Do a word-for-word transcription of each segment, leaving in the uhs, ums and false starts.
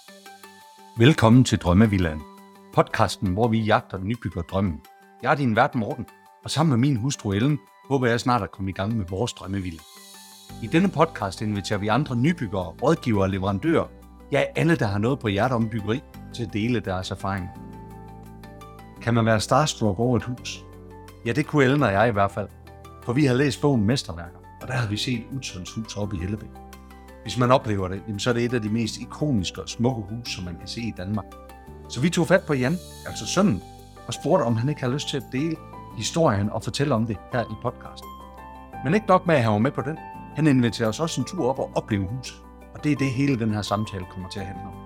Velkommen til Drømmevillaen, podcasten, hvor vi jagter nybyggerdrømmen. Jeg er din vært Morten, og sammen med min hustru Ellen, håber jeg snart at komme i gang med vores drømmevilla. I denne podcast inviterer vi andre nybyggere, rådgivere og leverandører, ja alle, der har noget på hjertet om byggeri, til at dele deres erfaring. Kan man være starstruck over et hus? Ja, det kunne Ellen og jeg i hvert fald, for vi har læst bogen Mesterværker, og der havde vi set Utzons hus oppe i Hellebæk. Hvis man oplever det, så er det et af de mest ikoniske og smukke hus, som man kan se i Danmark. Så vi tog fat på Jan, altså sønnen, og spurgte, om han ikke havde lyst til at dele historien og fortælle om det her i podcasten. Men ikke nok med, at han var med på den. Han inviterer os også en tur op og opleve huset. Og det er det, hele den her samtale kommer til at handle om.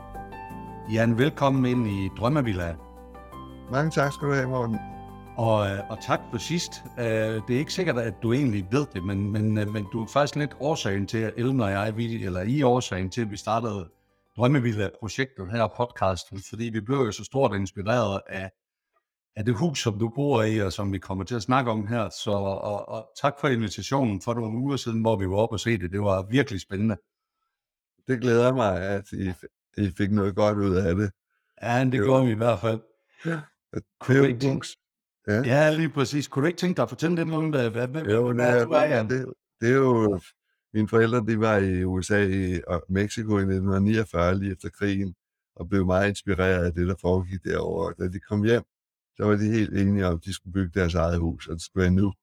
Jan, velkommen ind i Drømmevillaen. Mange tak skal du have, Morten. Og, og tak for sidst. Det er ikke sikkert, at du egentlig ved det, men, men, men du er faktisk lidt årsagen til, at Ellen og jeg, eller I er årsagen til, at vi startede Drømmevilla-projektet her podcasten, fordi vi blev jo så stort inspireret af, af det hus, som du bor i, og som vi kommer til at snakke om her. Så og, og tak for invitationen for nogle uger siden, hvor vi var oppe og se det. Det var virkelig spændende. Det glæder mig, at I, I fik noget godt ud af det. Ja, det gjorde vi i hvert fald. Ja, det er jo ikke Ja. ja, lige præcis. Kunne du ikke tænke dig at fortælle lidt om, hvad, hvad, hvad, jo, hvad det, du er, Jan? det, det er jo, mine forældre, de var i U S A og Mexico i nitten niogfyrre, lige efter krigen, og blev meget inspireret af det, der foregik derovre. Da de kom hjem, så var de helt enige om, at de skulle bygge deres eget hus, og det skulle være nu.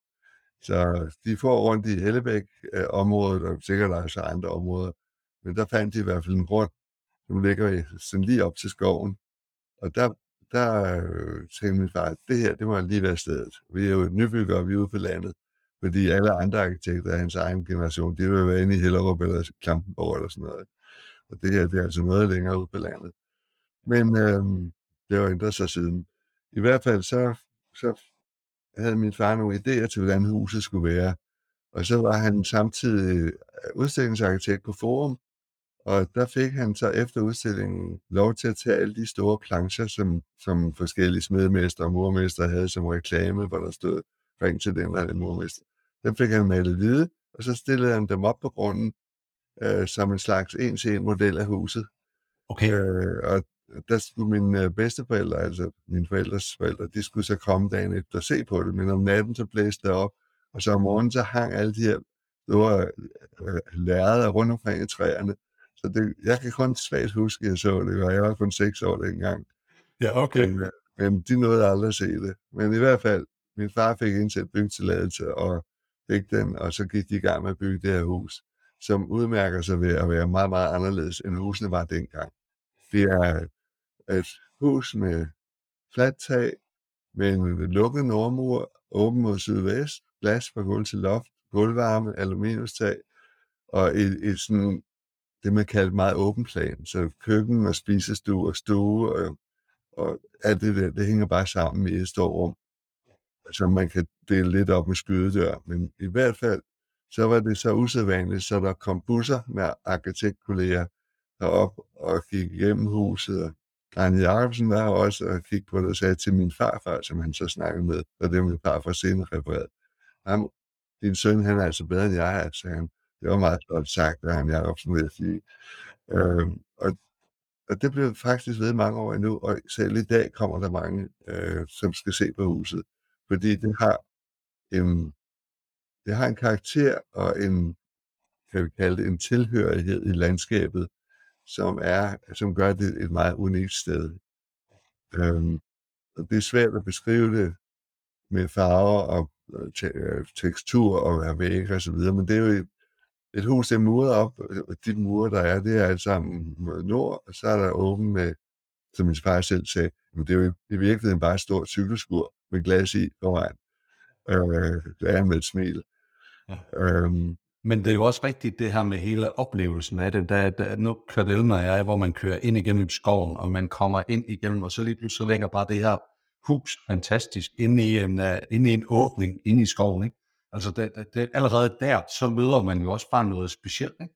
Så de får rundt i Hellebæk-området, og sikkert også andre områder, men der fandt de i hvert fald en grund, som ligger sådan lige op til skoven, og der der øh, tænkte min far, at det her, det må lige være stedet. Vi er jo nybyggere, vi er ude på landet, fordi alle andre arkitekter af hans egen generation, de vil være inde i Hellerup eller Klampenborg eller sådan noget. Og det her, det er altså noget længere ude på landet. Men øh, det har ændret sig siden. I hvert fald så, så havde min far nogle idéer til, hvordan huset skulle være. Og så var han samtidig udstillingsarkitekt på Forum, og der fik han så efter udstillingen lov til at tage alle de store plancher, som, som forskellige smedemestre og murmestre havde som reklame, hvor der stod ring til den eller den murmester. Dem fik han malet hvide, og så stillede han dem op på grunden øh, som en slags en-til-en model af huset. Okay. Øh, og der skulle mine bedsteforældre, altså mine forældres forældre, de skulle så komme dagen efter og se på det, men om natten så blæste det op, og så om morgenen så hang alle de her store øh, lærreder rundt omkring i træerne. Så det, jeg kan kun svagt huske, at jeg så det, og jeg var kun seks år dengang. Ja, okay. Men, men de nåede aldrig at se det. Men i hvert fald, min far fik indsendt byggetilladelse, og fik den, og så gik de i gang med at bygge det her hus, som udmærker sig ved at være meget, meget anderledes, end husene var dengang. Det er et hus med fladt tag, med en lukket nordmur, åben mod sydvest, glas fra gulv til loft, gulvvarme, aluminiumstag, og et, et sådan det man kaldte meget åben plan, så køkken og spisestue og stue og, og alt det der, det hænger bare sammen i et stort rum, så man kan dele lidt op med skydedør, men i hvert fald, så var det så usædvanligt, så der kom busser med arkitektkolleger herop og gik igennem huset, og Arne Jacobsen var også og kiggede på det og sagde til min farfar, som han så snakkede med, og det var min farfar senere refereret. Ham, din søn, han er altså bedre end jeg er, sagde han. Det var meget godt sagt, at han Jacobsen vil sige. Øh, og, og det blev faktisk ved mange år endnu, og selv i dag kommer der mange, øh, som skal se på huset, fordi det har en, det har en karakter og en, kan vi kalde det, en tilhørighed i landskabet, som er, som gør det et meget unikt sted. Øh, og det er svært at beskrive det med farver og te- tekstur og vægge og så videre, men det er jo et Et hus, der er muret op, og de mure, der er, det er alt sammen mod nord, og så er der åben med, som min far selv sagde, men det er jo i virkeligheden bare et stort cykelskur med glas i foran. Øh, det er med et smil. Ja. Øhm, Men det er jo også rigtigt det her med hele oplevelsen af det. Der, der, nu kører det Ellen og jeg, hvor man kører ind igennem skoven, og man kommer ind igennem, og så lige pludselig ligger bare det her hus fantastisk inde i en, uh, inde i en åbning inde i skoven, ikke? Altså det, det, det, allerede der, så møder man jo også bare noget specielt, ikke?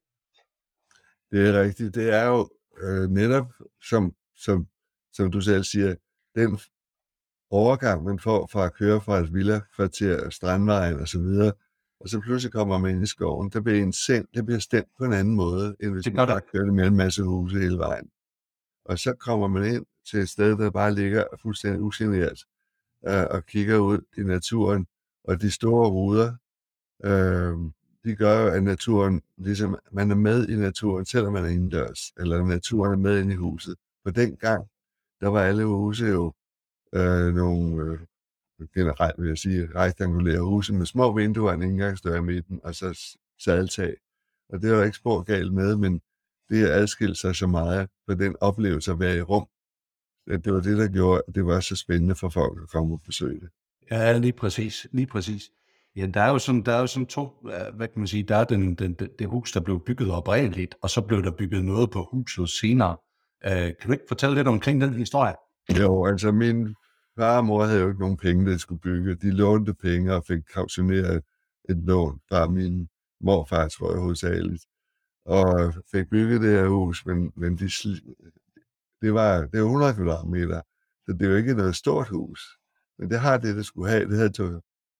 Det er rigtigt. Det er jo øh, netop, som, som, som du selv siger, den overgang, man får fra at køre fra et villakvarter, Strandvejen og så videre, og så pludselig kommer man ind i skoven, der bliver en sind, det bliver stemt på en anden måde, end hvis Det man gør bare kører det med en masse huse hele vejen. Og så kommer man ind til et sted, der bare ligger fuldstændig ugeneret, øh, og kigger ud i naturen, og de store ruder, øh, de gør jo, at naturen, ligesom man er med i naturen, selvom man er indendørs, eller naturen er med ind i huset. På den gang, der var alle huse jo øh, nogle, øh, generelt vil jeg sige, rektangulære huse med små vinduer, en indgangsdør i midten, og så sadeltag. Og det var der ikke spor galt med, men det adskilte sig så meget på den oplevelse at være i rum. Det var det, der gjorde, at det var så spændende for folk at komme og besøge det. Ja, lige præcis, lige præcis. Ja, der er jo sådan, der er jo sådan to, hvad kan man sige, der er den, den, det hus, der blev bygget oprindeligt, og så blev der bygget noget på huset senere. Uh, kan du ikke fortælle lidt omkring den historie? Jo, altså min far og mor havde jo ikke nogen penge, der skulle bygge. De lånte penge og fik kautioneret et lån fra min morfar, tror jeg, hovedsageligt. Og fik bygget det her hus, men, men de, det var, det var hundrede kvadratmeter, så det er jo ikke noget stort hus. Men det har det, det skulle have. Det havde to,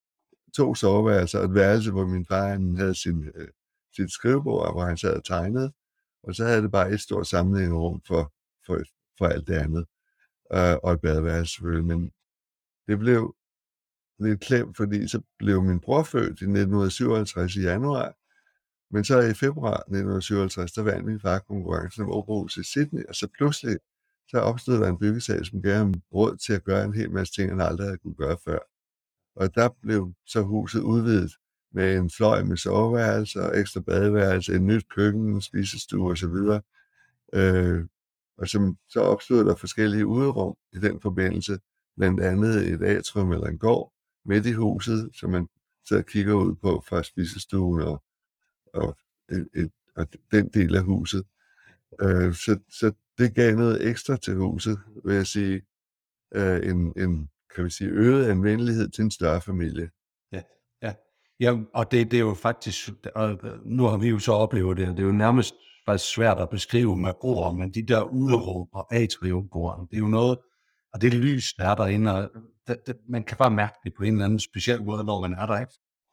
to soveværelser og et værelse, hvor min far han havde sin, øh, sit skrivebord, hvor han sad og tegnede. Og så havde det bare et stort sammenhængende for, for, for alt det andet. Øh, og et badeværelse selvfølgelig. Men det blev lidt klemt, fordi så blev min bror født i nitten syvoghalvtreds i januar. Men så i februar nitten syvoghalvtreds, der vandt min far konkurrencen om Operahus i Sydney, og så pludselig så opstod der en byggesag, som gav ham råd til at gøre en hel masse ting, han aldrig havde kunne gøre før. Og der blev så huset udvidet med en fløj med soveværelser, ekstra badeværelse, en nyt køkken, en spisestue osv. Øh, og som, så opstod der forskellige uderum i den forbindelse, blandt andet et atrium eller en gård midt i huset, som man så kigger ud på fra spisestuen og, og, et, et, og den del af huset. Øh, så, så det gav noget ekstra til huset, vil jeg sige, øh, en, en kan vi sige, øget anvendelighed til en større familie. Ja, ja. Ja, og det, det er jo faktisk, og nu har vi jo så oplevet det, det er jo nærmest faktisk svært at beskrive med ord, men de der uderum og atriumgården, det er jo noget, og det lys, der er derinde, og det, det, man kan bare mærke det på en eller anden speciel måde, når man er der, ikke?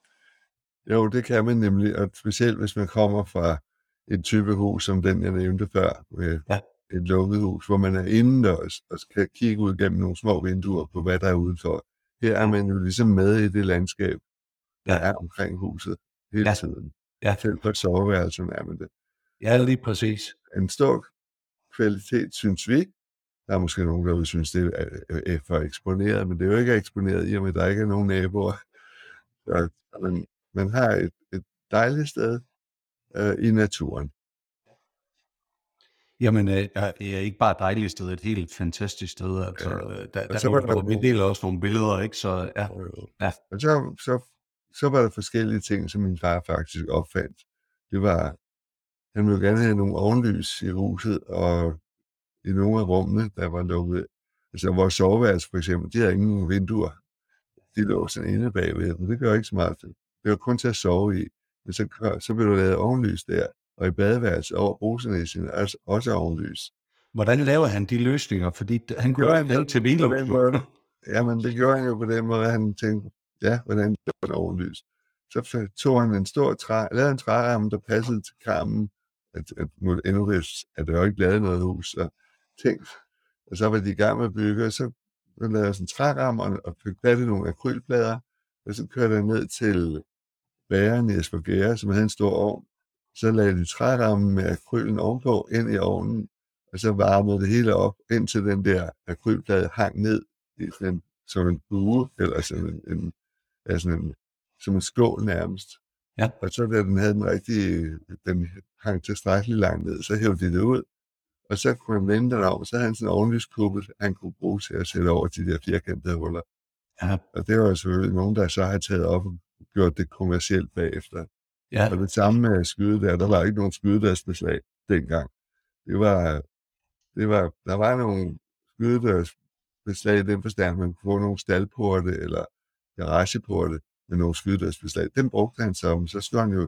Jo, det kan man nemlig, og specielt hvis man kommer fra et type hus, som den jeg nævnte før, med ja. et lukket hus, hvor man er indendørs og kan kigge ud gennem nogle små vinduer på, hvad der er udenfor. Her er man jo ligesom med i det landskab, der er omkring huset hele ja. tiden. Ja. Selv på et soveværelse er man det. Ja, lige præcis. En stor kvalitet, synes vi. Der er måske nogen, der vil synes, det er for eksponeret, men det er jo ikke eksponeret i og med, at der ikke er nogen naboer. Så man, man har et, et dejligt sted øh, i naturen. Jamen, øh, er ikke bare et dejligt sted, et helt fantastisk sted. Altså, ja. der, der, der, der, vi deler også nogle billeder, ikke? Så, ja. Ja. Og så, så, så var der forskellige ting, som min far faktisk opfandt. Det var, han ville gerne have nogle ovenlys i huset, og i nogle af rummene, der var lukket. Altså vores soveværelse for eksempel, de havde ingen vinduer. De lå sådan inde bagved, men det gør ikke så meget. Det var kun til at sove i. Men så, så blev der lavet ovenlys der, og i badeværelset over brusenæsen er også ovenlys. Hvordan laver han de løsninger? Fordi han gjorde han vel til biler. Jamen, det gjorde han jo på den måde, at han tænkte, ja, hvordan det var ovenlys. Så tog han en stor træ, lavede en træramme, der passede til karmen. At, at, at endnu er der jo ikke lavet noget hus, så tænkt. Og så var de i gang med at bygge, og så lavede jeg sådan en træramme, og fik plattet nogle akrylplader, og så kørte jeg ned til bageren i Esbjerg, som havde en stor ovn. Så lagde de trærammen med akrylen ovenpå ind i ovnen, og så varmede det hele op, indtil den der akrylplade hang ned i den, som en bue, eller sådan en, en, altså en, som en skål nærmest. Ja. Og så da den havde den rigtige, den hang tilstrækkeligt langt ned, så hævde de det ud, og så kunne man vende den om, så havde han sådan en ovenlyskuppel, han kunne bruge til at sætte over de der firkantede huller. Ja. Og det var jo selvfølgelig nogen, der så havde taget op og gjort det kommercielt bagefter. Ja. Og det samme med skyde der, der var ikke nogen skydedørsbeslag dengang. Det var, det var, der var nogle skydedørsbeslag i den forstand, man kunne få nogle staldporte eller garageporte med nogle skydedørsbeslag. Den brugte han så, men så stod han jo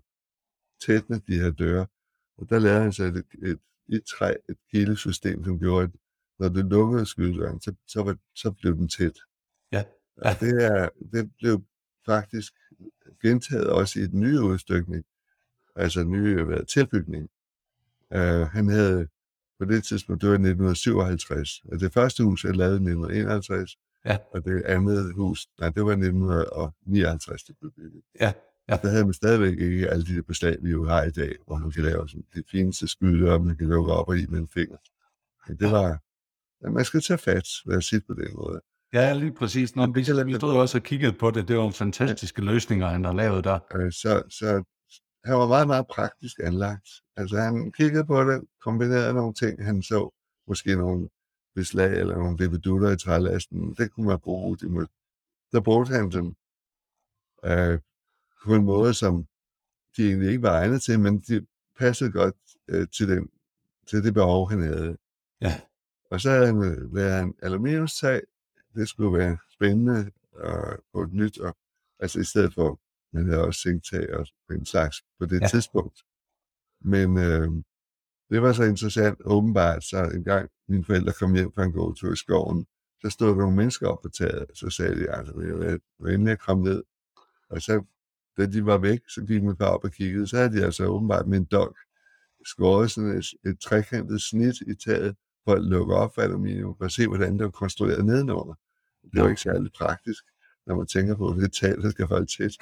tæt med de her døre. Og der lavede han så et, et, et træ, et kilesystem, som gjorde, at når det lukkede skydedøren, så, så, var, så blev den tæt. Ja. Ja. Og det, er, det blev faktisk gentaget også i den nye udstykning, altså den nye hvad, tilbygning. Uh, han havde på det tidspunkt, det var i nitten syvoghalvtreds. Og det første hus, jeg lavede i nitten enoghalvtreds, Ja, og det andet hus, nej, det var i nitten nioghalvtreds, det blev bygget. ja, ja. Og der havde man stadigvæk ikke alle de beslag, vi jo har i dag, hvor man kan lave sådan det fineste skydedør, man kan lukke op og i med en finger. Men det var, ja, man skal tage fat, lad os sige på den måde. Ja, lige præcis. Nå, vi, vi stod også og kiggede på det. Det var nogle fantastiske løsninger, han har lavet der. Øh, Så, så han var meget, meget praktisk anlagt. Altså han kiggede på det, kombinerede nogle ting, han så, måske nogle beslag eller nogle debedutter i trælasten. Det kunne man bruge. De må, der brugte han dem øh, på en måde, som de egentlig ikke var egnet til, men de passede godt øh, til, den, til det behov, han havde. Ja, Og så havde han øh, været en aluminiumstag. Det skulle være spændende og på et nyt, og, altså i stedet for, man havde også zinktag og en slags på det Ja. tidspunkt. Men øh, det var så interessant, åbenbart, så en gang mine forældre kom hjem fra en gåtur i skoven, så stod der nogle mennesker op på taget, og så sagde de, altså, jeg var endelig at komme ned. Og så, da de var væk, så gik min far op og kiggede, så havde de altså åbenbart med en dog skåret sådan et, et trekantet snit i taget, for at lukke op for aluminium, for at se, hvordan det var konstrueret nedenunder. Det var ikke særlig praktisk, når man tænker på, at det tag, der skal holde tæt.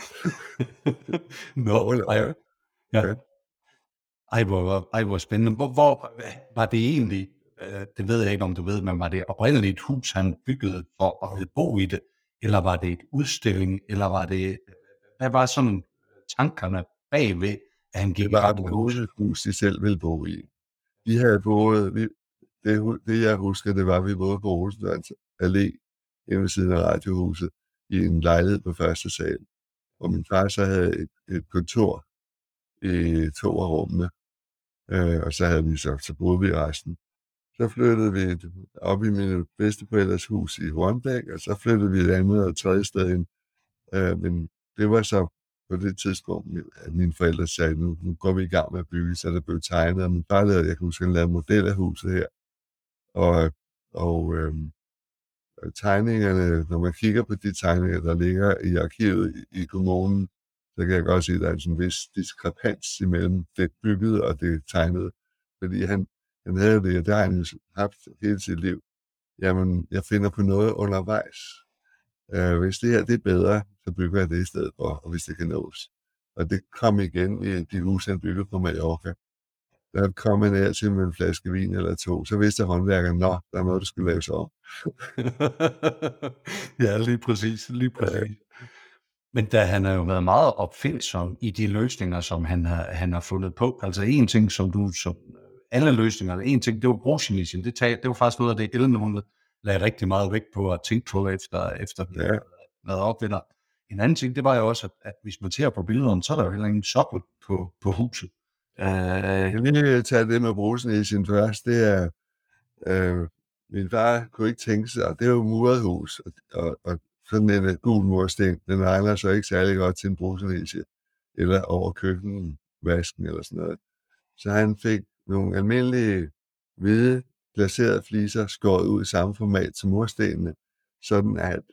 Nå, ej, ja. Ej, hvor, ej, hvor spændende. Hvor, hvor var det egentlig, øh, det ved jeg ikke, om du ved, men var det oprindeligt et hus, han byggede for at bo i det, eller var det et udstilling, eller var det, hvad var sådan tankerne bagved, at han gik Det var i gang et hus, de selv ville bo i. Vi havde boet, vi, det, det jeg husker, det var, at vi boede på Rosenørns Allé, hjemme ved siden af radiohuset, i en lejlighed på første sal. Og min far så havde et, et kontor i to af rummene, øh, og så havde vi så, så boede vi i resten. Så flyttede vi op i mine bedsteforældres hus i Hornbæk, og så flyttede vi et andet og tredje sted ind. Øh, men det var så på det tidspunkt, at mine forældre sagde, nu, nu går vi i gang med at bygge, så der blev tegnet, og min far lavede, jeg kan huske, han lavede en model af huset her. Og, og øh, tegningerne, når man kigger på de tegninger, der ligger i arkivet i, i kommunen, så kan jeg godt se, at der er en vis diskrepans imellem det byggede og det tegnede. Fordi han, han havde det, og det har han jo haft hele sit liv. Jamen, jeg finder på noget undervejs. Uh, hvis det her det er bedre, så bygger jeg det i stedet for, og hvis det kan nås. Og det kom igen i de huse, han byggede på Mallorca. Der kom man her til med en flaske vin eller to, så vidste håndværkeren, nå, der er noget, der skulle laves om. Ja, lige præcis, lige præcis. Men da han har jo været meget opfindsom i de løsninger, som han har, han har fundet på. Altså en ting, som du, som alle løsninger, en ting, det var brugsinitien. Det, det var faktisk noget af det, Ellen hun lagde rigtig meget vægt på at tænke på efter, efter vi Ja. været op ved dig. En anden ting, det var jo også, at, at hvis man ser på billederne, så er der jo heller ingen sokkel på, på huset. Uh, Jeg vil lige tage det med brugsinitien først. Det er, øh, min far kunne ikke tænke sig, og det er jo muret hus, og, og, og sådan en gul mursten, den egner så ikke særlig godt til en brugsinitier, eller over køkkenvasken eller sådan noget. Så han fik nogle almindelige hvide glaserede fliser skåret ud i samme format som murstenene, sådan at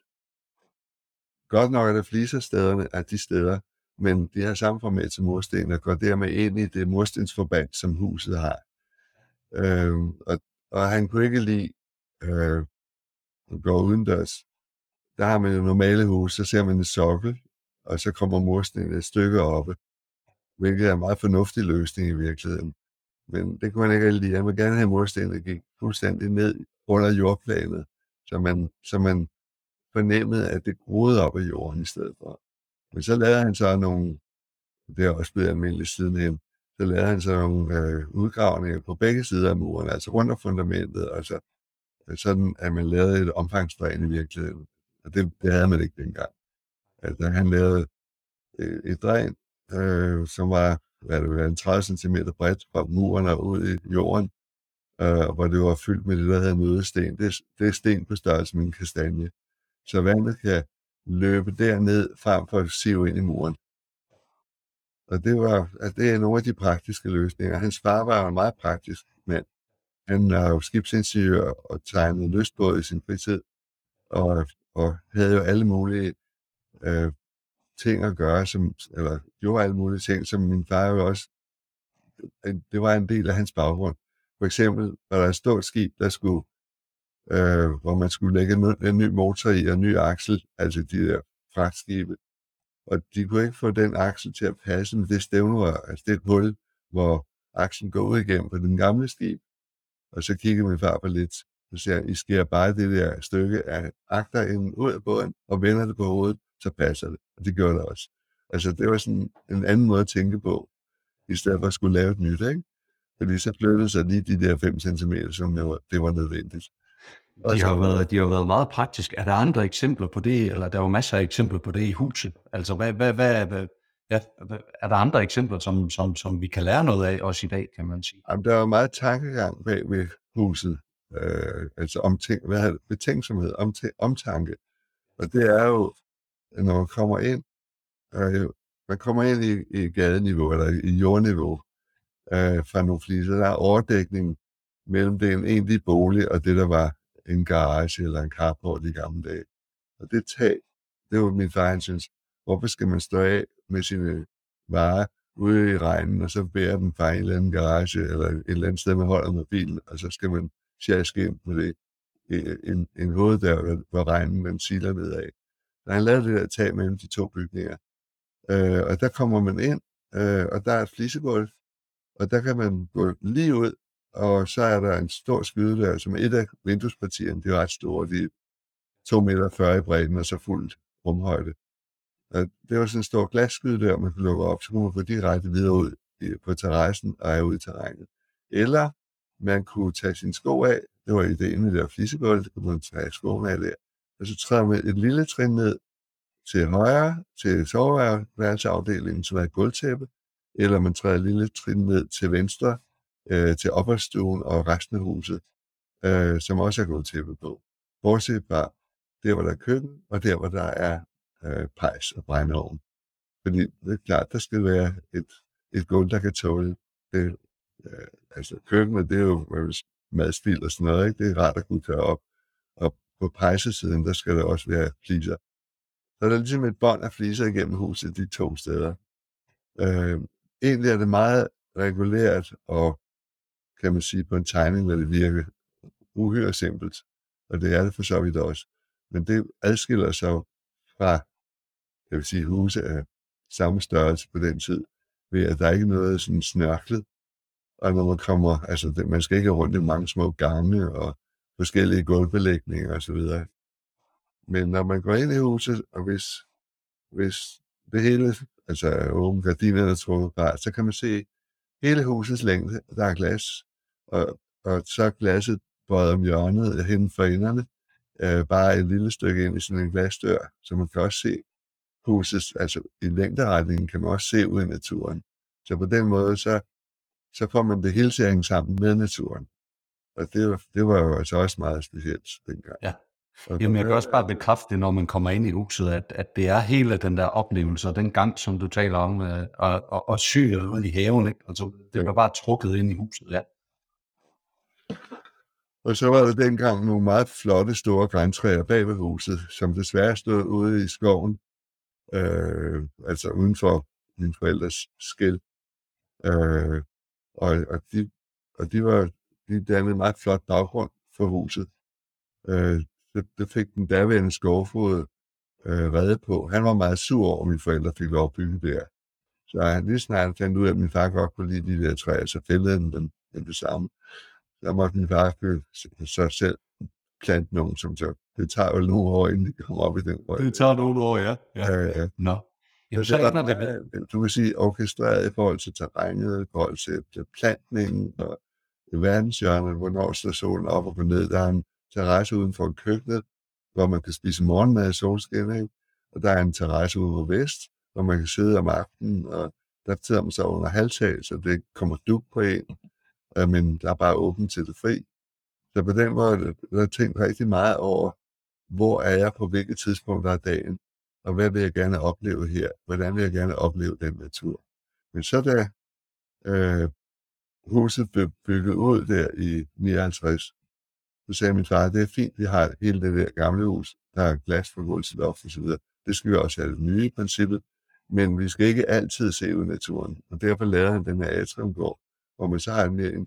godt nok er der fliserstederne af de steder, men de har samme format som mursten, og går dermed ind i det murstensforband, som huset har. Øh, og, og han kunne ikke lide øh, at gå udendørs. Der har man jo normale hus, så ser man en sokkel, og så kommer murstenen et stykke oppe, hvilket er en meget fornuftig løsning i virkeligheden. Men det kunne man ikke lide. Han ville gerne have murstenen, der gik fuldstændig ned under jordplanet, så man, så man fornemmede, at det groede op i jorden i stedet for. Men så lavede han så nogle, det er også blevet almindeligt sidenhen, så lavede han så nogle øh, udgravninger på begge sider af muren, altså rundt om fundamentet, altså sådan, at man lavede et omfangsdræn i virkeligheden. Og det, det havde man ikke dengang. Altså han lavede et, et dræn, øh, som var, hvad det var, en tredive centimeter bredt fra muren og ud i jorden, øh, hvor det var fyldt med det, der hedder mødesten. Det, det er sten på størrelse med en kastanje. Så vandet kan løbe derned, frem for at sive ind i muren. Og det, var, altså det er nogle af de praktiske løsninger. Hans far var jo en meget praktisk mand. Han er jo skibsingeniør og tegnede lystbåd i sin fritid, og, og havde jo alle mulige øh, ting at gøre, som, eller gjorde alle mulige ting, som min far jo også, det var en del af hans baggrund. For eksempel var der et stort skib, der skulle, øh, hvor man skulle lægge en, en ny motor i og en ny aksel, altså de der fragtskibe. Og de kunne ikke få den aksel til at passe med det stævnerør, altså det hul, hvor akslen går ud igennem på den gamle skib. Og så kiggede min far på lidt, og siger, I skærer bare det der stykke af agterenden ud af båden, og vender det på hovedet, så passer det. Og det gjorde det også. Altså det var sådan en anden måde at tænke på, i stedet for at skulle lave et nyt, ikke? Fordi så flyttede sig lige de der fem centimeter, som det var, det var nødvendigt. De har, været, de har været meget praktisk. Er der andre eksempler på det, eller der er jo masser af eksempler på det i huset? Altså, hvad, hvad, hvad, hvad, ja, er der andre eksempler, som, som, som vi kan lære noget af også i dag, kan man sige? Jamen, der er jo meget tankegang bag ved huset. Øh, altså omtænk, hvad hedder det? Betænksomhed, omtæ, omtanke. Og det er jo, når man kommer ind, øh, man kommer ind i, i gadeniveau, eller i jordniveau, øh, fra nogle fliser, der er overdækning mellem den egentlige bolig og det, der var en garage eller en carport i gamle dage. Og det tag, det var min far, han synes, hvorfor skal man stå af med sine varer ude i regnen, og så bære dem fra en eller anden garage, eller et eller andet sted, man holder med bilen, og så skal man sjaske ind med det. En, en hoved der, hvor regnen den siler nedad. Så han lavede det der tag mellem de to bygninger. Øh, og der kommer man ind, øh, og der er et flisegulv, og der kan man gå lige ud, og så er der en stor skyde der, som er et af vinduespartierne, de er ret store, de er to meter fyrre i bredden, og så fuldt rumhøjde. Og det var sådan en stor glasskyde der, man kunne lukke op, så kunne man gå direkte videre ud på terrassen og er ude i terrænet. Eller man kunne tage sine sko af, det var ideen med det der flisegulv, det kunne man tage skoene af der, og så træder man et lille trin ned til højre, til soveværelsesafdelingen, som er et gulvtæppe, eller man træder et lille trin ned til venstre, øh, til opholdsstuen og resten af huset, øh, som også er gulvtæppe på. Bortset fra der, hvor der er køkken, og der, hvor der er øh, pejs og brændeovn. Fordi det er klart, der skal være et, et gulv, der kan tåle det. Øh, altså køkkenet, det er jo madspil og sådan noget, ikke? Det er rart at kunne tørre op. Og på pejsesiden, der skal der også være fliser. Så er der ligesom et bånd af fliser igennem huset, de to steder. Øh, egentlig er det meget regulært, og kan man sige på en tegning, hvor det virker uhyre simpelt. Og det er det for så vidt også. Men det adskiller sig fra, jeg vil sige, huse af samme størrelse på den tid, ved at der ikke er noget sådan snørklet. Og når man kommer, altså det, man skal ikke rundt i mange små gange og forskellige gulvbelægninger osv. Men når man går ind i huset, og hvis, hvis det hele, altså åbne gardinerne er trukket fra, så kan man se hele husets længde, der er glas, og, og så er glasset bøjet om hjørnet hen for enderne, øh, bare et lille stykke ind i sådan en glasdør, så man kan også se huset, altså i længderetningen kan man også se ud i naturen. Så på den måde, så, så får man det hele til at hænge sammen med naturen. Og det var, det var jo altså også meget specielt dengang. Ja. Jamen, jeg kan også bare bekræfte det, når man kommer ind i huset, at, at det er hele den der oplevelse, og den gang, som du taler om, øh, og, og, og syret ud i haven, ikke? Altså, det var bare trukket ind i huset, ja. Og så var der dengang nogle meget flotte, store grantræer bag ved huset, som desværre stod ude i skoven, øh, altså uden for mine forældres skel. Øh, og, og, de, og de var de dannede en meget flot baggrund for huset. Øh, det, det fik den daværende skovfod øh, reddet på. Han var meget sur over, at mine forældre fik lov at bygge der. Så han lige snart fandt ud af, at min far godt kunne lide de der træer, så fældede han dem, dem det samme. Så måtte min far så selv plante nogen, som så, det tager jo nogle år, inden de kommer op i den røg. Det tager nogle år, ja. ja. ja, ja. Nå. Jamen, så ender det med. Du kan sige orkestreret i forhold til terrænet, i forhold til plantningen og i verdenshjørnet, hvornår står solen op og går ned. Der er en terrasse uden for køkkenet, hvor man kan spise morgenmad i solskin, ikke? Og der er en terrasse ude på vest, hvor man kan sidde om aftenen, og der sidder man så under halvtag, så det kommer dug på en, men der er bare åbent til det fri. Så på den måde, der har jeg tænkt rigtig meget over, hvor er jeg på hvilket tidspunkt der er dagen, og hvad vil jeg gerne opleve her? Hvordan vil jeg gerne opleve den natur? Men så da øh, huset blev bygget ud der i nioghalvtreds, så sagde min far, det er fint, vi har hele det der gamle hus, der er glas for gulv til loft og så videre. Det skal vi også have det nye i princippet, men vi skal ikke altid se ud i naturen. Og derfor lavede han den her atriumgård, hvor man så har en mere intim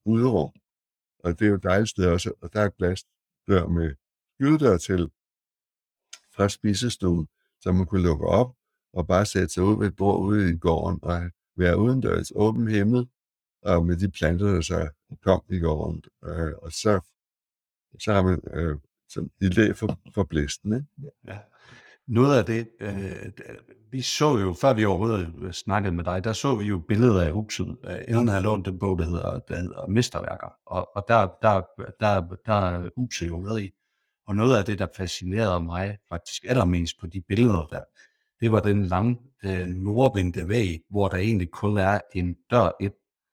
uderum. Og det er jo et dejligt sted også, og der er glasdør med skydedør til fra spisestuen, så man kunne lukke op og bare sætte sig ud ved et bord ude i gården og være udendørs, åben himmel, og med de planter, der så kom i gården. Øh, og så, så har man øh, sådan i læ for, for blæsten. Ikke? Ja. Noget af det, øh, vi så jo, før vi overhovedet snakkede med dig, der så vi jo billeder af huset. Ellen havde lånt den bog, der hedder, der hedder Mesterværker, og, og der, der, der, der er huset jo med i. Og noget af det, der fascinerede mig faktisk allermest på de billeder der, det var den lange øh, nordvendte væg, hvor der egentlig kun er en dør ind.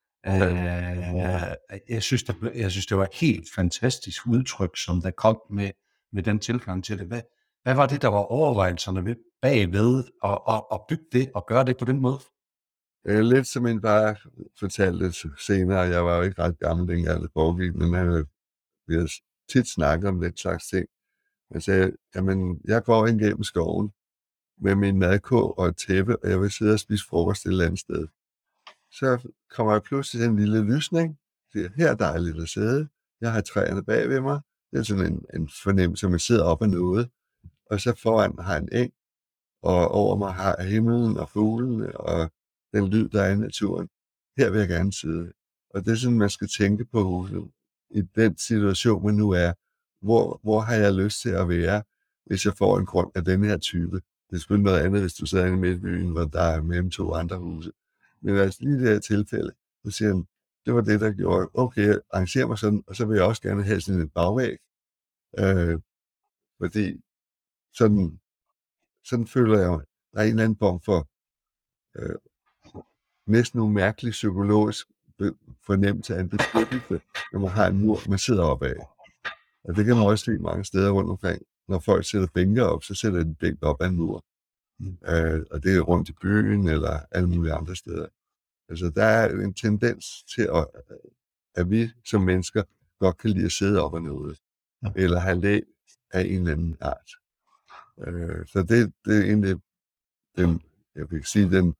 Øh, jeg, synes, der, jeg synes, det var et helt fantastisk udtryk, som der kom med, med den tilgang til det. Hvad, hvad var det, der var overvejelserne ved bagved at, at, at bygge det og gøre det på den måde? Lidt som min far fortalte senere, jeg var jo ikke ret gammel, dengang det foregik, men han vi havde tit snakket om den slags ting. Han sagde, jamen, jeg går ind gennem skoven med min madkog og et tæppe, og jeg vil sidde og spise frokost et eller andet sted. Så kommer jeg pludselig til en lille lysning, siger, her er dejligt at sidde, jeg har træerne bag ved mig, det er sådan en, en fornemmelse, at man sidder op ad noget, og så foran har en eng, og over mig har himlen og fuglene, og den lyd, der er i naturen. Her vil jeg gerne sidde. Og det er sådan, man skal tænke på huset. I den situation, man nu er, hvor, hvor har jeg lyst til at være, hvis jeg får en grund af den her type. Det er selvfølgelig noget andet, hvis du sidder inde i midtbyen, hvor der er mellem to andre huse. Men altså lige i det her tilfælde, så siger han, det var det, der gjorde, okay, jeg arrangerer mig sådan, og så vil jeg også gerne have sådan en bagvæg. Øh, fordi sådan, sådan føler jeg, der er en eller anden form for øh, næsten nogle mærkelig psykologisk fornemmelse af en beskyttelse, når man har en mur, man sidder op af. Og det kan man også se mange steder rundt omkring. Når folk sætter bænker op, så sætter de en bænk op af en mur. Mm. Øh, og det er rundt i byen eller alle mulige andre steder. Altså, der er en tendens til, at, at vi som mennesker godt kan lide at sidde op af noget. Ja. Eller have læ af en eller anden art. Øh, så det, det er egentlig den, jeg vil sige, den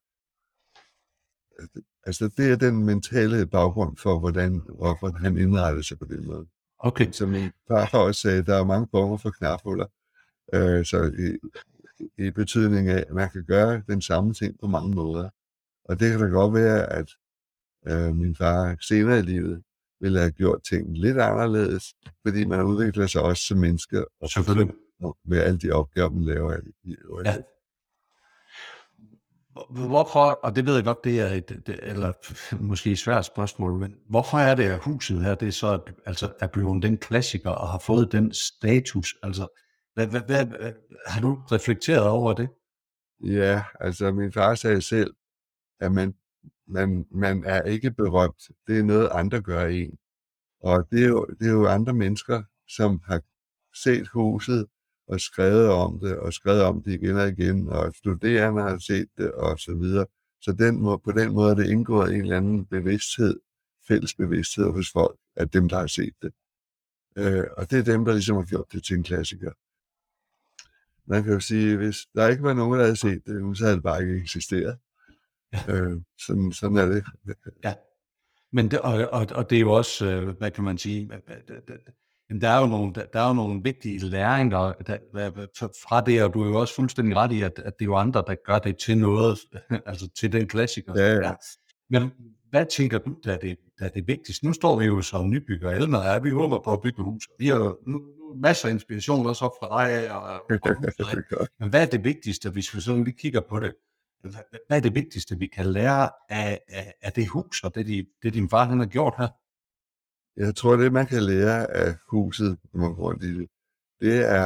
altså det er den mentale baggrund for, hvordan, hvorfor han indrettede sig på den måde. Okay. Som min far også sagde, der er mange former for knaphuller. Øh, så i, i betydning af, at man kan gøre den samme ting på mange måder. Og det kan da godt være, at øh, min far senere i livet ville have gjort ting lidt anderledes, fordi man udvikler sig også som menneske, og selvfølgelig med alle de opgaver, man laver. Ja. Hvorfor, og det ved jeg godt, det er et, det, eller måske et svært spørgsmål, men hvorfor er det, at huset her, det er så, altså, er blevet den klassiker og har fået den status? Altså, hvad, hvad, hvad, har du reflekteret over det? Ja, altså min far sagde selv, at man, man, man er ikke berømt. Det er noget, andre gør en. Og det er, jo, det er jo andre mennesker, som har set huset og skrevet om det, og skrevet om det igen og igen, og studerende har set det, og så videre. Så den må, på den måde er det indgået en eller anden bevidsthed, fælles bevidsthed hos folk, af dem, der har set det. Øh, og det er dem, der ligesom har gjort det til en klassiker. Man kan jo sige, hvis der ikke var nogen, der havde set det, så havde det bare ikke eksisteret. Ja. Øh, sådan, sådan er det. Ja, men det, og, og, og det er jo også, hvad kan man sige, jamen, der er jo nogle, der, der er jo nogle vigtige læringer der, der, fra det, og du er jo også fuldstændig ret i, at, at det er jo andre, der gør det til noget, altså til den klassiker. Ja, ja. Men hvad tænker du, der er det, der er det vigtigste? Nu står vi jo som nybygger, Ellen og jeg, vi håber på at bygge hus. Vi har jo nu, masser af inspiration også op fra dig, og, og, men hvad er det vigtigste, hvis vi sådan lige kigger på det? Hvad er det vigtigste, vi kan lære af, af, af det hus, og det, de, det din far han har gjort her? Jeg tror, det man kan lære af huset, når man går rundt i det, det er,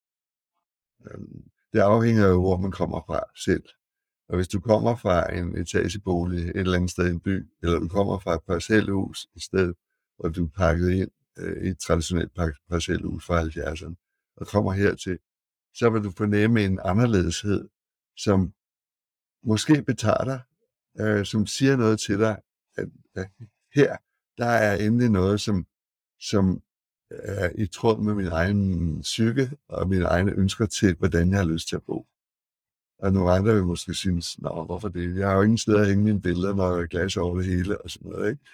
det afhænger af, hvor man kommer fra selv. Og hvis du kommer fra en etagebolig et eller andet sted i en by, eller du kommer fra et parcelhus et sted, hvor du er pakket ind i et traditionelt parcelhus fra halvfjerdserne, og kommer hertil, så vil du fornemme en anderledeshed, som måske betager dig, øh, som siger noget til dig, at, at her, der er endelig noget, som, som er i tråd med min egen psyke og mine egne ønsker til, hvordan jeg har lyst til at bo. Og nogle andre vil måske synes, nå, hvorfor det? Jeg har jo ingen steder at hænge mine billeder, når jeg er glas over det hele og sådan noget, ikke?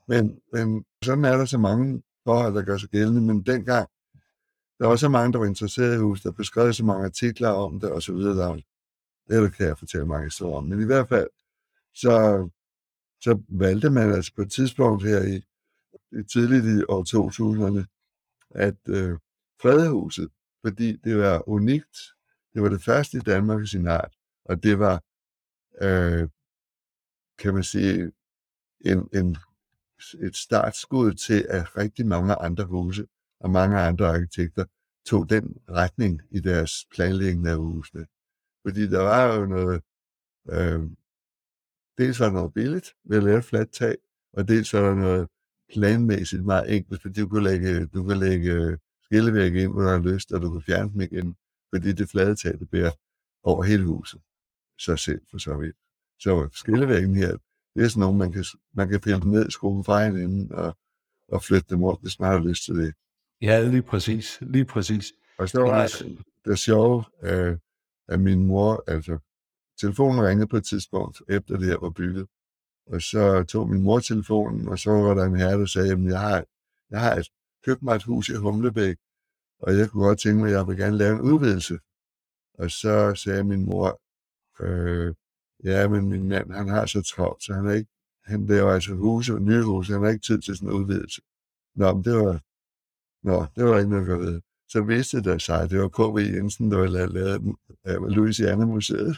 Men, men sådan er der så mange forhold, der gør sig gældende, men dengang, der var så mange, der var interesseret i huset, der beskrev så mange artikler om det, og så videre. Der, det kan jeg fortælle mange historier om. Men i hvert fald, så, så valgte man altså på et tidspunkt her i, i tidligt i år to tusinderne, at øh, frede huset, fordi det var unikt. Det var det første i Danmark i sin art, og det var, øh, kan man sige, en, en, et startskud til, at rigtig mange andre huse og mange andre arkitekter tog den retning i deres planlægning af husene. Fordi der var jo noget, øh, dels var der noget billigt ved at lave et fladt tag, og dels var der noget planmæssigt meget enkelt, fordi du kunne lægge, du kunne lægge skillevæg ind, hvor der er lyst, og du kunne fjerne dem igen, fordi det flade tag, det bærer over hele huset. Så selv for så vidt. Så skillevæggen her, det er sådan nogle, man kan, man kan pille dem ned, skrue dem fra hinanden, og, og flytte dem rundt, hvis man har lyst til det. Ja, lige præcis. Lige præcis. Og så var det, det sjove, øh, at min mor, altså, telefonen ringede på et tidspunkt, efter det her var bygget. Og så tog min mor telefonen, og så var der en herre, der sagde, at jeg har, jeg har købt mig et hus i Humlebæk, og jeg kunne godt tænke mig, at jeg vil gerne lave en udvidelse. Og så sagde min mor, øh, ja, men min mand, han har så travlt, så han er ikke, han laver altså huse, nye huse, han har ikke tid til sådan en udvidelse. Nå, men det var, nå, det var ikke noget at gøre ved. Så vidste det sig, det var K V Jensen, der var lavet af Louisiana-museet.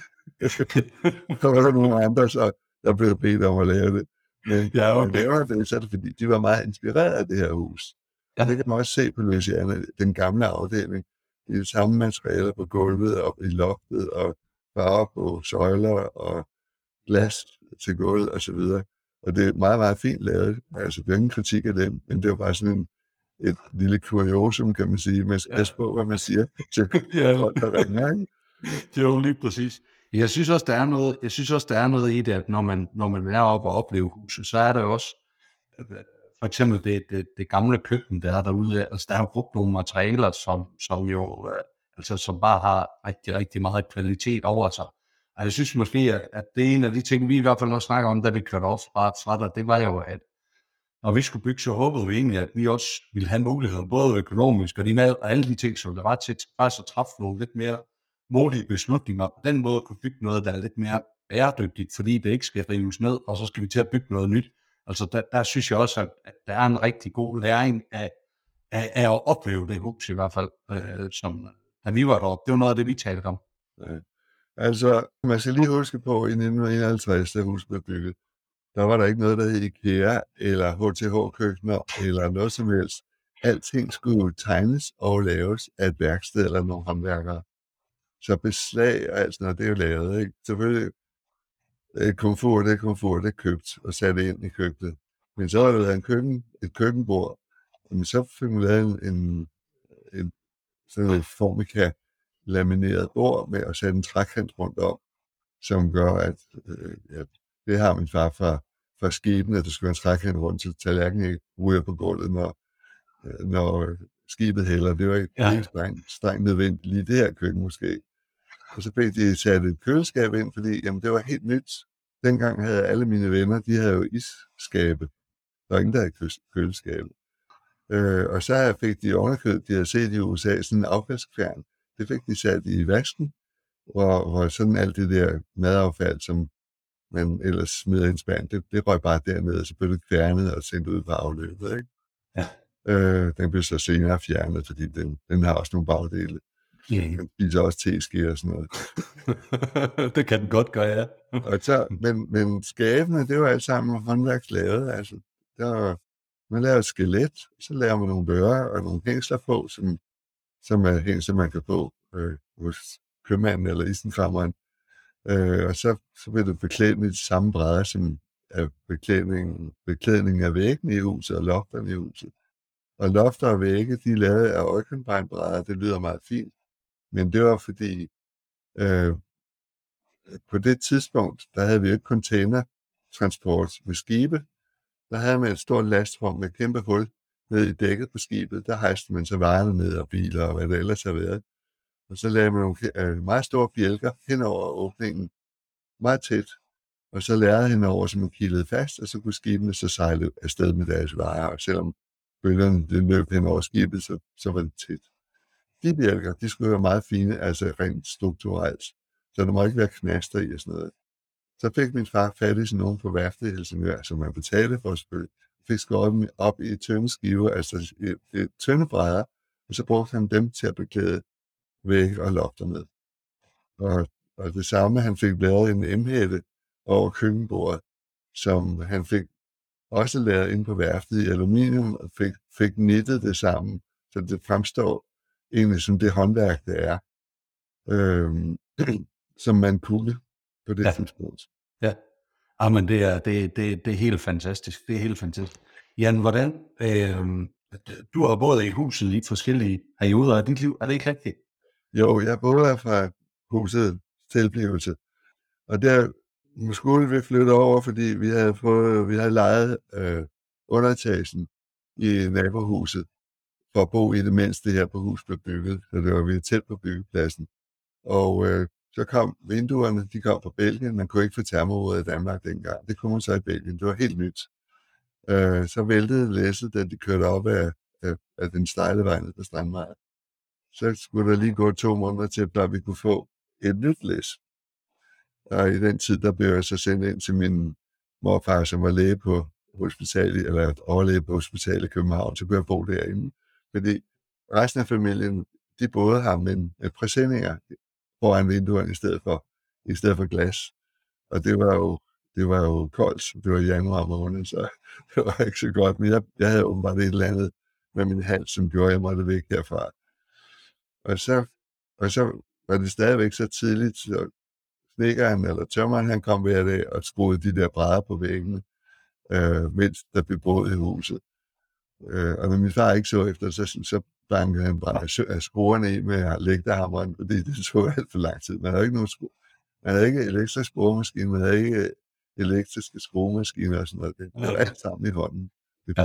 Så var der nogle andre, så der blev bedt om at lave det. Men ja, okay. Det var det, så det, fordi de var meget inspireret af det her hus. Ja. Det kan man også se på Louisiana, den gamle afdeling. Det er de samme materialer på gulvet og i loftet, og farver på søjler og glas til gulvet og så videre. Og det er meget, meget fint lavet. Altså, det er ingen kritik af dem, men det var bare sådan en, et lille kuriosum, kan man sige. Man skal passe på, hvad man siger til folk, der ringer. Det er jo lige præcis. Jeg synes også, der er noget, jeg synes også, der er noget i det, at når man, når man er oppe og oplever huset, så er der jo også, for eksempel det, det, det gamle køkken, der er derude, altså der er brugt nogle materialer, som, som jo, altså som bare har rigtig, rigtig meget kvalitet over sig. Og jeg synes måske, at, at det er en af de ting, vi i hvert fald også snakker om, da vi kørte op fra der, det var jo, at når vi skulle bygge, så håbede vi egentlig, at vi også ville have muligheder, både økonomisk og, de, og alle de ting, som der var til faktisk at træffe nogle lidt mere modige beslutninger. På den måde kunne bygge noget, der er lidt mere bæredygtigt, fordi det ikke skal rives ned, og så skal vi til at bygge noget nyt. Altså der, der synes jeg også, at, at der er en rigtig god læring af, af, af at opleve det hus i hvert fald, øh, som da vi var deroppe. Det var noget af det, vi talte om. Ja. Altså, man skal lige huske på, i nitten enoghalvtreds, da huset blev bygget, der var der ikke noget, der hed IKEA, eller H T H-køkkener, eller noget som helst. Alting skulle tegnes og laves af et værksted eller nogle håndværkere. Så beslag og alt sådan noget, det er jo lavet, ikke? Selvfølgelig, et komfur, det er komfur, det er købt og sat ind i køkkenet. Men så var der lavet en køkken, et køkkenbord, men så fik man lavet en, en, en sådan et formica lamineret bord med at sætte en trækant rundt om, som gør, at øh, ja, det har min far fra, fra skibene, at der skal være en trækant rundt, så tallerkenen ikke ryger på gulvet, når, øh, når skibet hælder. Det var ikke ja. strengt, strengt nødvendigt lige det her køkken måske. Og så fik de sat et køleskab ind, fordi jamen, det var helt nyt. Dengang havde alle mine venner, de havde jo isskabe. Der var ingen, der havde køleskabe. Øh, og så fik de underkød, de havde set i U S A, sådan en affaldsfjern. Det fik de sat i vasken, hvor, hvor sådan alt det der madaffald, som man ellers smider i en spand, det, det røg bare dernede, og så blev det fjernet og sendt ud på afløbet, ikke? Ja. Øh, den blev så senere fjernet, fordi den, den har også nogle bagdele. Mm. Den spiser også teske og sådan noget. Det kan den godt gøre, ja. og så, men, men skabene, det var alt sammen håndværkslavet. Altså, der var, man laver et skelet, så laver man nogle døre og nogle hængsler på, som, som er hængsler, man kan få øh, hos købmanden eller isenkrammeren. Øh, og så, så bliver det beklædt med de samme brædder, som er beklædningen, beklædningen af væggene i huset og lofterne i huset. Og lofter og vægge, de er lavet af Eukenbein-brædder, det lyder meget fint. Men det var fordi, øh, på det tidspunkt, der havde vi jo ikke containertransport med skibe. Der havde man et stort lastrum med et kæmpe hul ned i dækket på skibet. Der hejste man så varerne ned og biler og hvad det ellers har været. Og så lavede man nogle øh, meget store bjælker hen over åbningen, meget tæt. Og så lærrede hende over, som man kilede fast, og så kunne skibene så sejle afsted med deres varer. Og selvom bølgerne det løb hen over skibet, så, så var det tæt. De bjælker, de skulle være meget fine, altså rent strukturelt. Så der må ikke være knaster i og sådan noget. Så fik min far fat i sådan nogen på værftet i Helsingør, som man betalte for selvfølgelig. Fik skåret dem op i tynde skiver, altså i, i tynde brædder, og så brugte han dem til at beklæde vægge og lofter med. Og, og det samme, han fik lavet en emhætte over køkkenbordet, som han fik også lavet inde på værftet i aluminium, og fik, fik nittet det sammen, så det fremstår egentlig som det håndværk, det er, øhm, som man kunne på det Ja. tidspunkt. Ja, ah, men det er, det, det, det er helt fantastisk. Det er helt fantastisk. Jan, hvordan, øh, du har boet i huset i forskellige perioder af dit liv, er det ikke rigtigt? Jo, jeg boede her fra huset tilblivelse, og der skulle vi flytte over, fordi vi havde, fået, vi havde lejet øh, underetagen i nabohuset, for at bo i det, mens det her på hus blev bygget, så det var vi tæt på byggepladsen. Og øh, så kom vinduerne, de kom fra Belgien, man kunne ikke få termoruder i Danmark dengang, det kunne man så i Belgien, det var helt nyt. Øh, så væltede læsset, da de kørte op af, af, af den stejle vej ned på Strandvejen. Så skulle der lige gå to måneder til, at vi kunne få et nyt læs. Og i den tid, der blev jeg så sendt ind til min morfar, som var læge på hospitalet, eller overlæge på hospitalet i København, så kunne jeg bo derinde. Fordi resten af familien, de boede her med, med præsendinger foran vinduerne i stedet for, i stedet for glas. Og det var jo, det var jo koldt. Det var januar måned, så det var ikke så godt. Men jeg, jeg havde åbenbart et eller andet med min hals, som gjorde, at jeg måtte væk herfra. Og så, og så var det stadigvæk så tidligt, så snedkeren eller tømmeren, han kom hver dag og skruede de der brædder på væggene, øh, mens der blev boet i huset. Øh, og når min far ikke så efter, så, så bankede han bare skruerne i med lægterhammeren, fordi det tog alt for lang tid. Man havde ikke nogen skru. Man havde ikke elektrisk skruemaskine, man havde ikke elektriske skruemaskiner og sådan noget. Det var alt sammen i hånden. Ja.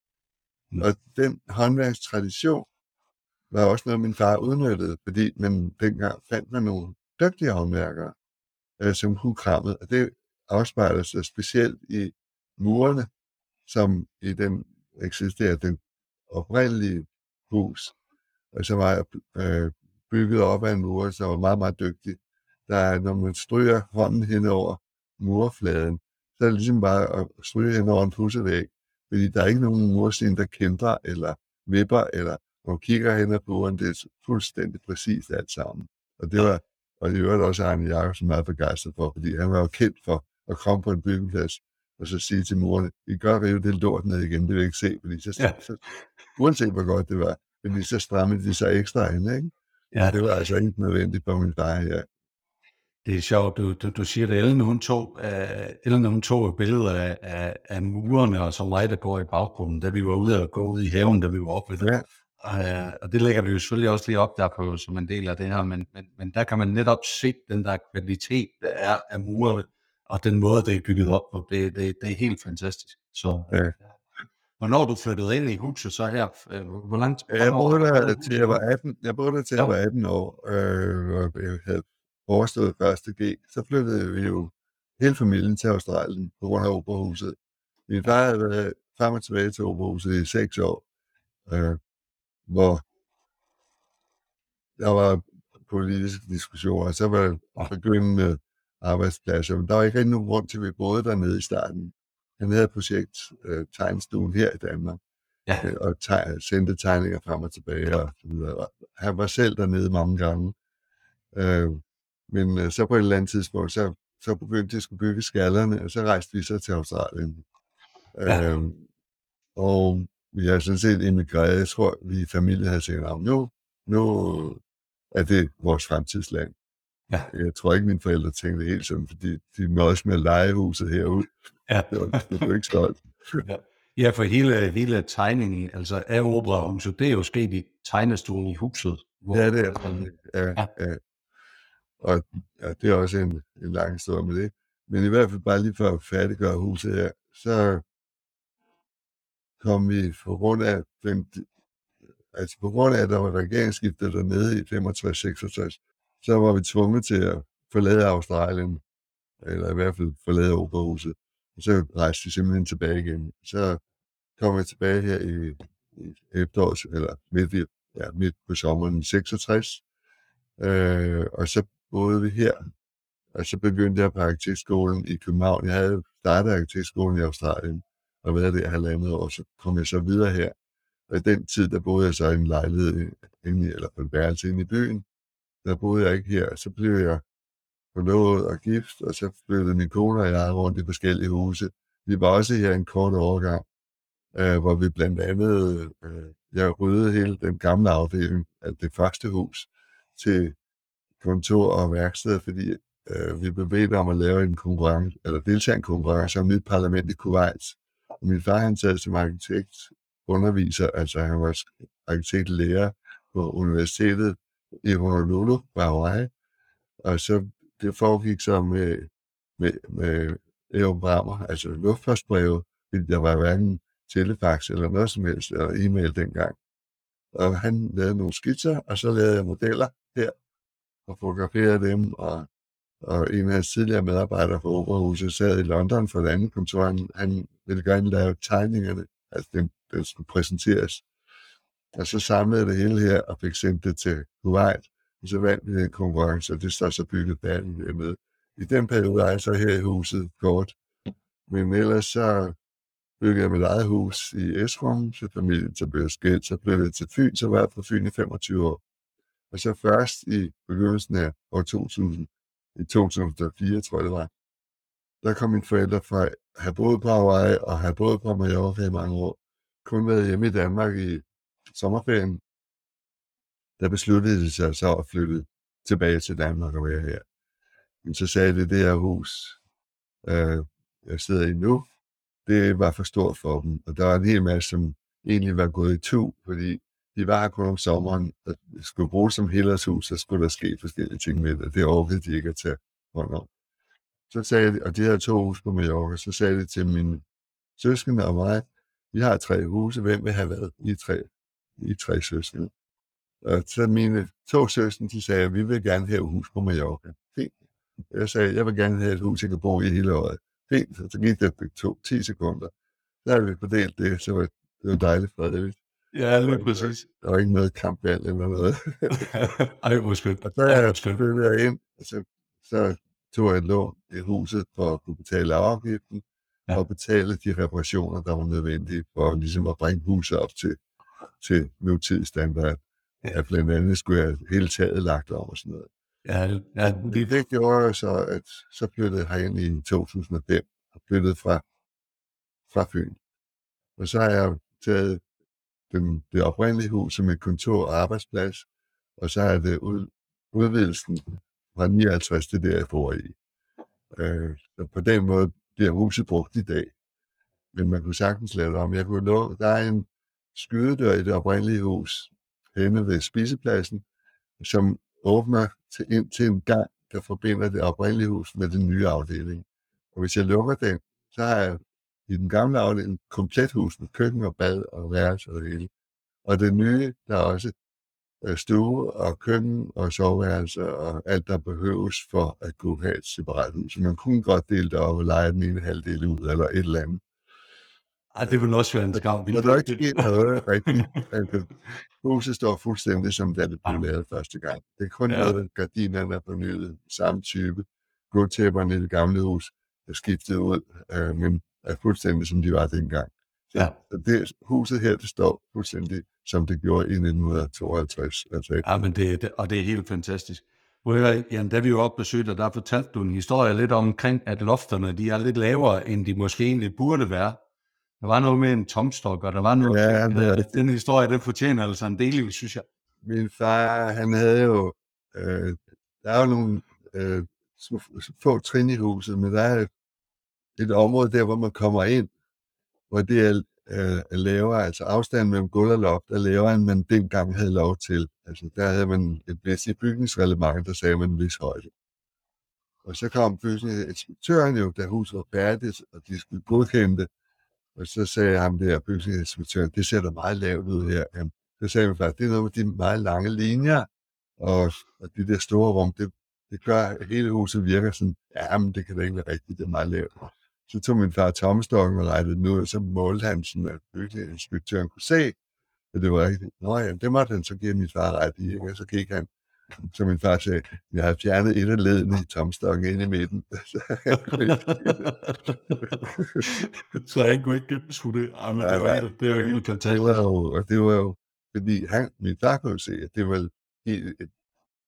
Og den håndværkstradition var også noget, min far udnyttede, fordi man dengang fandt man nogle dygtige håndværkere, øh, som kunne kramme, og det afspejler sig specielt i murene, som i den eksisterer den oprindelige hus, og så var øh, bygget op af en mur, som var meget, meget dygtig. Der er, når man stryger hånden hen over murfladen, så er det ligesom bare at stryge hen over en pussevæg, fordi der er ikke nogen mursten, der kæmper eller vipper, eller når man kigger hen ad muren, det er fuldstændig præcist alt sammen. Og det var, og det var også Arne Jacobsen meget begejstret for, fordi han var jo kendt for at komme på en byggeplads, og så sige til murene, I gør rive det lort ned igen, det vil jeg ikke se, fordi så, ja. så uanset hvor godt det var, fordi så strammede de sig ekstra ind, ikke? Ja. Det var altså ikke nødvendigt for min far, ja. Det er sjovt, du, du, du siger det. Ellen, hun tog, uh, Ellen, hun tog et billede af, af, af murene, og så mig, der går i baggrunden, da vi var ude og gå ud i haven, da vi var oppe ved det. Ja. Uh, og det lægger vi jo selvfølgelig også lige op der på, som en del af det her, men, men, men der kan man netop se den der kvalitet, der er af murene, og den måde, det er bygget op på. Det, det, det er helt fantastisk. Så, ja. Hvornår du flyttede ind i huset så her? Hvor langt? Jeg boede der til jeg var atten. Jeg boede der til jeg var atten år, øh, og jeg havde overstået første G. Så flyttede vi jo hele familien til Australien på grund af Operahuset. Min far havde været frem og tilbage til Operahuset i seks år, øh, hvor der var politiske diskussioner, og så var det begyndende arbejdspladser, men der var ikke rigtig nogen grund til, at vi boede dernede i starten. Han havde et projekt, øh, tegnestuen her i Danmark, ja. øh, og teg- sendte tegninger frem og tilbage, ja. og så videre. Han var selv dernede mange gange. Øh, men øh, så på et eller andet tidspunkt, så, så begyndte de at skulle bygge skallerne, og så rejste vi så til Australien. Ja. Øh, og vi har sådan set emigreret. Jeg tror, vi i familien havde sagt, nu, nu er det vores fremtidsland. Ja. Jeg tror ikke, mine forældre tænkte helt sådan, fordi de nøjes med at lege huset herude. Ja. Det var, det var ikke stolt. Ja. Ja, for hele, hele tegningen, altså af Operahuset, det er jo sket i tegnestuen i huset. Hvor... Ja, det er det. Ja, ja. Ja. Og ja, det er også en, en lang historie med det. Men i hvert fald bare lige for at færdiggøre huset her, så kom vi på grund af, altså på grund af, at der var regeringsskiftet dernede i femogtres seksogtres, så var vi tvunget til at forlade Australien. eller i hvert fald forlade Operahuset. Og så rejste vi simpelthen tilbage igen. Så kom jeg tilbage her i, i efterårs, eller midt, i, ja, midt på sommeren i seksogtres, øh, og så boede vi her, og så begyndte jeg på arkitektskolen i København. Jeg havde startet arkitektskolen i Australien, og været der halvandet år, så kom jeg så videre her. Og i den tid, der boede jeg så i en lejlighed, inde i, eller på en værelse inde i byen. Der boede jeg ikke her, så blev jeg forlovet og gift, og så flyttede min kone og jeg rundt i forskellige huse. Vi var også her en kort overgang, øh, hvor vi blandt andet, øh, jeg ryddede hele den gamle afdeling af det første hus til kontor og værksted, fordi øh, vi blev bedt om at lave en konkurrence, eller deltage en konkurrence om nyt parlament i Kuwait. Og min far, han sad som arkitekt, underviser, altså han var arkitektlærer på universitetet i Honolulu på Hawaii, og så det foregik så med, med, med aerogrammer, altså luftfartsbreve, fordi der var hverken telefax eller noget som helst, eller e-mail dengang. Og han lavede nogle skitser, og så lavede jeg modeller her, og fotograferede dem, og, og en af hans tidligere medarbejdere fra Operahuset sad i London for et andet kontor. Han, han ville gerne lave tegningerne, altså den, den skulle præsenteres. Og så samlede det hele her, og fik sendt det til Kuwait. Og så vandt vi den konkurrence, og det står så bygget banen med. I den periode er jeg så her i huset kort. Men ellers så byggede jeg mit eget hus i Esrum, så familien så blev skilt, så blev det til Fyn, så var jeg på Fyn i femogtyve år. Og så først i begyndelsen af år to tusind, i to tusind og fire, tror jeg det var, der kom mine forældre fra at have boet på Hawaii og have boet på Mallorca i mange år, kun været hjemme i Danmark i sommerferien. Der besluttede de sig så at flytte tilbage til Danmark og være her. Men så sagde de, det her hus, øh, jeg sidder i nu, det var for stort for dem. Og der var en hel masse, som egentlig var gået i tu, fordi de var her kun om sommeren, og skulle bruge som helårshus, så skulle der ske forskellige ting med det. Det orkede de ikke at tage hånd om. Så sagde de, og de havde to huse på Mallorca, så sagde de til mine søskende og mig, vi har tre huse, hvem vil have været? I tre, I tre søskende. Og så mine to søskende, de sagde, vi vil gerne have et hus på Mallorca. Fint. Jeg sagde, jeg vil gerne have et hus, jeg kan bo i hele året. Fint. Så gik det to, ti sekunder. Så havde vi fordelt det, så var det var dejligt fredeligt. Ja, lige præcis. Der var ikke noget kampvalg eller noget. Ej, måske. Og så er jeg flyttet ind, og så, så tog jeg et lån i huset for at kunne betale afgiften, ja. Og betale de reparationer, der var nødvendige for ligesom at bringe huset op til, til nutidig standard. Ja, blandt andet skulle jeg hele taget lagt om og sådan noget. Ja, ja, det, det gjorde så, at så flyttede jeg ind i to tusind og fem og flyttede fra, fra Fyn. Og så har jeg taget den, det oprindelige hus som et kontor og arbejdsplads, og så er det ud, udvidelsen fra nioghalvtreds til der, jeg bor i. Øh, så på den måde bliver huset brugt i dag. Men man kunne sagtens lave det om. Jeg kunne love, der er en skydedør i det oprindelige hus henne ved spisepladsen, som åbner til, ind til en gang, der forbinder det oprindelige hus med den nye afdeling. Og hvis jeg lukker den, så har jeg i den gamle afdeling komplet hus med køkken og bad og værelse og det hele. Og det nye, der er også stue og køkken og soveværelse og alt, der behøves for at kunne have et separat hus. Så man kunne godt dele det op og lege den ene halvdel ud, eller et eller andet. Ej, det vil også være en skam. Der er ikke sket noget rigtigt. Altså, huset står fuldstændig, som da det blev lavet første gang. Det er kun ja. noget, gardinerne er fornyet, samme type. Gulvtæpperne i det gamle hus er skiftet ud, øh, men er fuldstændig, som de var dengang. Så, ja. så det, huset her, det står fuldstændig, som det gjorde i nitten tooghalvtreds. Altså, ja, men det, det, og det er helt fantastisk. Jan, da vi var oppe besøgte, der fortalte du en historie lidt omkring, at lofterne, de er lidt lavere, end de måske egentlig burde være. Der var noget med en tomstok, og der var noget... Ja, det, den historie, den fortjener altså en del, synes jeg. Min far, han havde jo... Øh, der er jo nogle øh, få trin i huset, men der er et, et område der, hvor man kommer ind, hvor det er øh, lavere, altså afstanden mellem gulv og loft er lavere, end man dengang havde lov til. Altså der havde man et vist i bygningsreglement, der sagde man en vis højde. Og så kom bygningsinspektøren jo, da huset var færdigt, og de skulle godkende det. Og så sagde ham der bygningsinspektøren, det ser da meget lavt ud her. Jamen, så sagde man faktisk, det er noget med de meget lange linjer, og, og de der store rum, det, det gør, at hele huset virker sådan, ja, men det kan da ikke være rigtigt, det er meget lavt. Så tog min far tommestokken og rettede den ud, og så målte han sådan, at bygningsinspektøren kunne se, at det var rigtigt. Nå ja, det måtte han så give min far ret i, og så gik han. Så min far sagde, jeg havde fjernet et af ledene i tommestokken inde i midten. Så han kunne ikke gennemskue det. Ej, men det, var, det, det var jo helt fantastisk. Og det var jo, fordi han, min far kunne jo se, at det var et, et,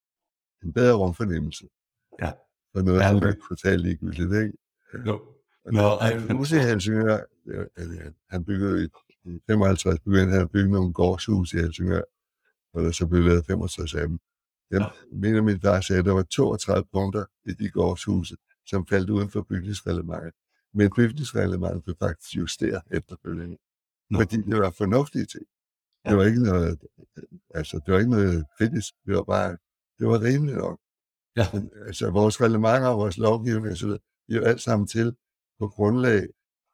en bedre rumfornemmelse. Ja. For noget, ja, som er totalt ligegyldigt, ikke? Jo. Nå, Huset i Helsingør, han byggede i femoghalvtreds, begyndte han at bygge nogle gårdshus i Helsingør, og der så blev lavet femogtres af dem. Jeg ja. mener, min far sagde, at der var toogtredive punkter i de gårdshuse, som faldt uden for bygningsreglementet. Men bygningsreglementet blev faktisk justeret efterfølgende. Nå. Fordi det var fornuftige ting. Ja. Det var ikke noget, altså, det var ikke noget kritisk. Det var bare, det var rimeligt nok. Ja. Men, altså, vores reglementer og vores lovgivning, så vi er jo alt sammen til på grundlag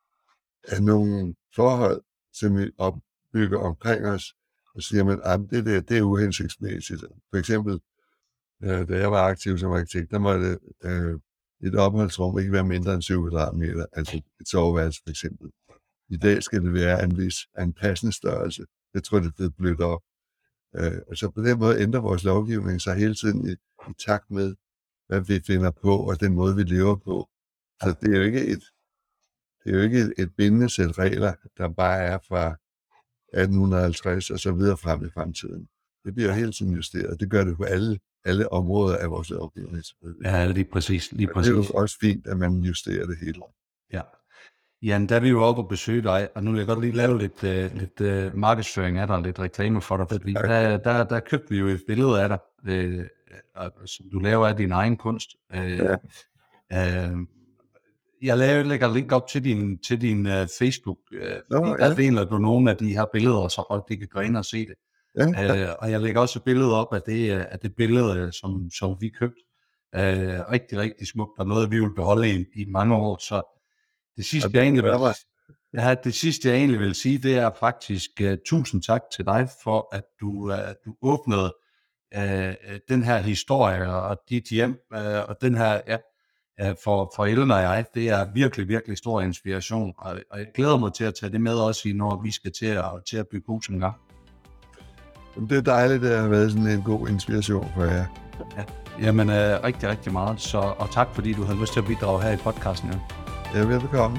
af nogle forhold, som vi opbygger omkring os, og siger man, at det, der, det er uhensigtsmæssigt. For eksempel, øh, da jeg var aktiv som arkitekt, der måtte øh, et opholdsrum ikke være mindre end syv kvadratmeter, altså et soveværelse for eksempel. I dag skal det være en vis, en passende størrelse. Jeg tror, det er blevet blødt op. Øh, altså på den måde ændrer vores lovgivning sig hele tiden i, i takt med, hvad vi finder på, og den måde, vi lever på. Så det er jo ikke et, det er jo ikke et, et bindende sæt regler, der bare er fra atten halvtreds og så videre frem i fremtiden. Det bliver jo hele tiden justeret. Det gør det på alle, alle områder af vores lovgivning. Ja, lige præcis. Lige præcis. Det er jo også fint, at man justerer det hele. Ja. Jan, da vi jo oppe og besøge dig, og nu vil jeg godt lige lave lidt, uh, lidt uh, markedsføring af dig, lidt reklame for dig, fordi der, der, der købte vi jo et billede af dig, uh, som du laver af din egen kunst. Uh, ja. uh, Jeg laver, lægger link op til din, til din uh, Facebook. Uh, Nå, ja. Der deler du nogle af de her billeder, så folk de kan gå ind og se det. Ja. Uh, og jeg lægger også et billede op af det, af det billede, som, som vi købte. Uh, rigtig, rigtig smukt, og noget, vi vil beholde i, i mange år. Så det sidste, jeg egentlig vil, ja, det sidste, jeg egentlig vil sige, det er faktisk uh, tusind tak til dig, for at du, uh, du åbnede uh, den her historie, og dit hjem, uh, og den her... Ja, For, for Ellen og jeg, det er virkelig, virkelig stor inspiration, og, og jeg glæder mig til at tage det med også i, når vi skal til at, til at bygge hus en gang. Det er dejligt, at det har været sådan en god inspiration for jer. Ja, jamen øh, rigtig, rigtig meget, så, og tak fordi du havde lyst til at bidrage her i podcasten. Ja, ja velbekomme.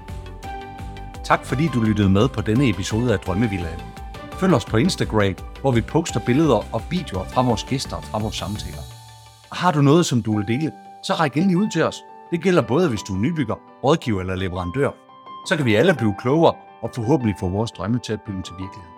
Tak fordi du lyttede med på denne episode af Drømmevillaen. Følg os på Instagram, hvor vi poster billeder og videoer fra vores gæster og fra vores samtaler. Og har du noget, som du vil dele, så ræk endelig ud til os. Det gælder både, hvis du er nybygger, rådgiver eller leverandør. Så kan vi alle blive klogere og forhåbentlig få vores drømme til at blive til virkelighed.